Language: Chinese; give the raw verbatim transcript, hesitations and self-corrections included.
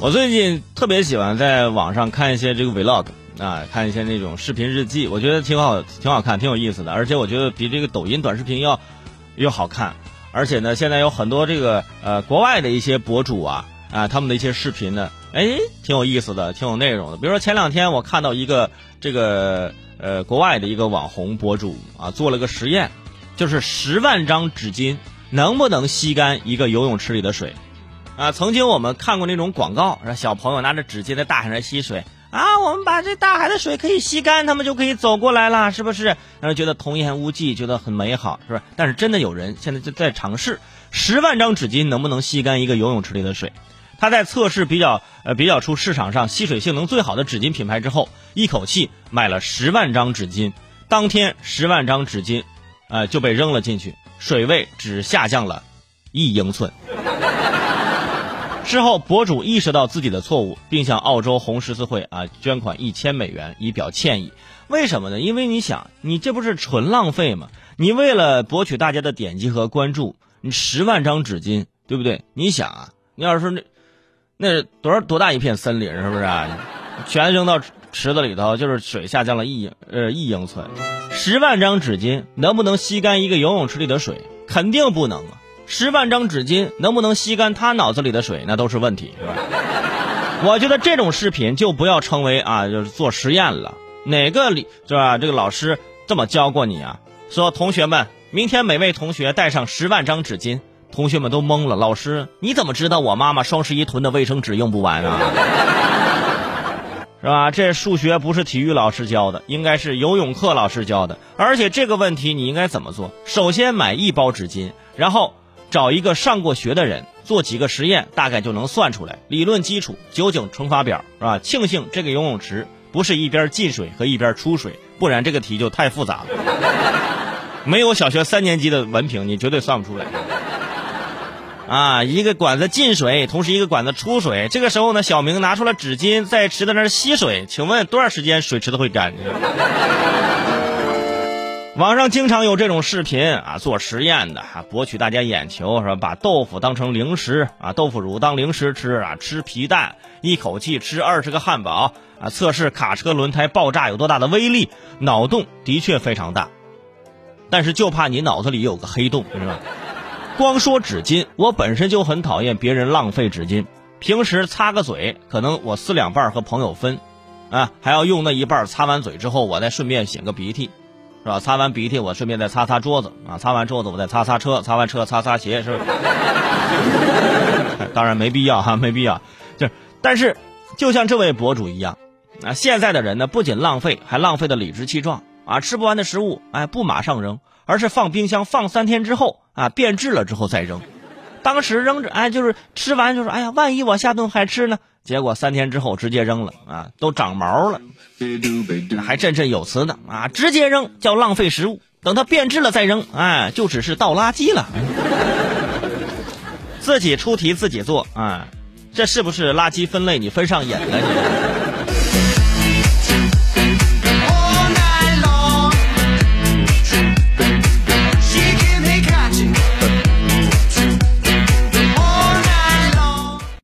我最近特别喜欢在网上看一些这个 vlog 啊，看一些那种视频日记，我觉得挺好，挺好看，挺有意思的，而且我觉得比这个抖音短视频要要好看。而且呢，现在有很多这个呃国外的一些博主啊啊，他们的一些视频呢，哎，挺有意思的，挺有内容的。比如说前两天我看到一个这个呃国外的一个网红博主啊，做了个实验，就是十万张纸巾能不能吸干一个游泳池里的水。啊，曾经我们看过那种广告，让小朋友拿着纸巾在大海上吸水啊，我们把这大海的水可以吸干，他们就可以走过来了，是不是？然后觉得童言无忌，觉得很美好，是吧？但是真的有人现在就在尝试十万张纸巾能不能吸干一个游泳池里的水。他在测试比较呃比较出市场上吸水性能最好的纸巾品牌之后，一口气买了十万张纸巾，当天十万张纸巾，呃就被扔了进去，水位只下降了一英寸。之后，博主意识到自己的错误，并向澳洲红十字会啊捐款一千美元以表歉意。为什么呢？因为你想，你这不是纯浪费吗？你为了博取大家的点击和关注，你十万张纸巾，对不对？你想啊，你要是说那那多少多大一片森林，是不是啊？全扔到池子里头，就是水下降了一呃一英寸。十万张纸巾能不能吸干一个游泳池里的水？肯定不能啊。十万张纸巾能不能吸干他脑子里的水，那都是问题，是吧？我觉得这种视频就不要称为啊，就是做实验了。哪个里是吧？这个老师这么教过你啊？说同学们，明天每位同学带上十万张纸巾。同学们都懵了，老师你怎么知道我妈妈双十一囤的卫生纸用不完啊？是吧？这数学不是体育老师教的，应该是游泳课老师教的。而且这个问题你应该怎么做？首先买一包纸巾，然后找一个上过学的人做几个实验，大概就能算出来理论基础、九九乘法表，是吧？庆幸这个游泳池不是一边进水和一边出水，不然这个题就太复杂了。没有小学三年级的文凭，你绝对算不出来。啊，一个管子进水，同时一个管子出水。这个时候呢，小明拿出了纸巾在池子那儿吸水，请问多少时间水池子会干？网上经常有这种视频啊，做实验的啊，博取大家眼球，是吧？把豆腐当成零食啊，豆腐乳当零食吃啊，吃皮蛋，一口气吃二十个汉堡啊，测试卡车轮胎爆炸有多大的威力，脑洞的确非常大，但是就怕你脑子里有个黑洞，是吧？光说纸巾，我本身就很讨厌别人浪费纸巾，平时擦个嘴，可能我撕两半和朋友分，啊，还要用那一半擦完嘴之后，我再顺便擤个鼻涕。是吧？擦完鼻涕，我顺便再擦擦桌子啊！擦完桌子，我再擦擦车，擦完车擦擦鞋，是不是？当然没必要哈，没必要。就是，但是就像这位博主一样啊，现在的人呢，不仅浪费，还浪费的理直气壮啊！吃不完的食物，哎，不马上扔，而是放冰箱放三天之后啊，变质了之后再扔。当时扔着，哎，就是吃完就是，哎呀，万一我下顿还吃呢？结果三天之后直接扔了啊，都长毛了，还振振有词呢啊！直接扔叫浪费食物，等它变质了再扔，哎，就只是倒垃圾了。自己出题自己做啊，这是不是垃圾分类？你分上瘾了你？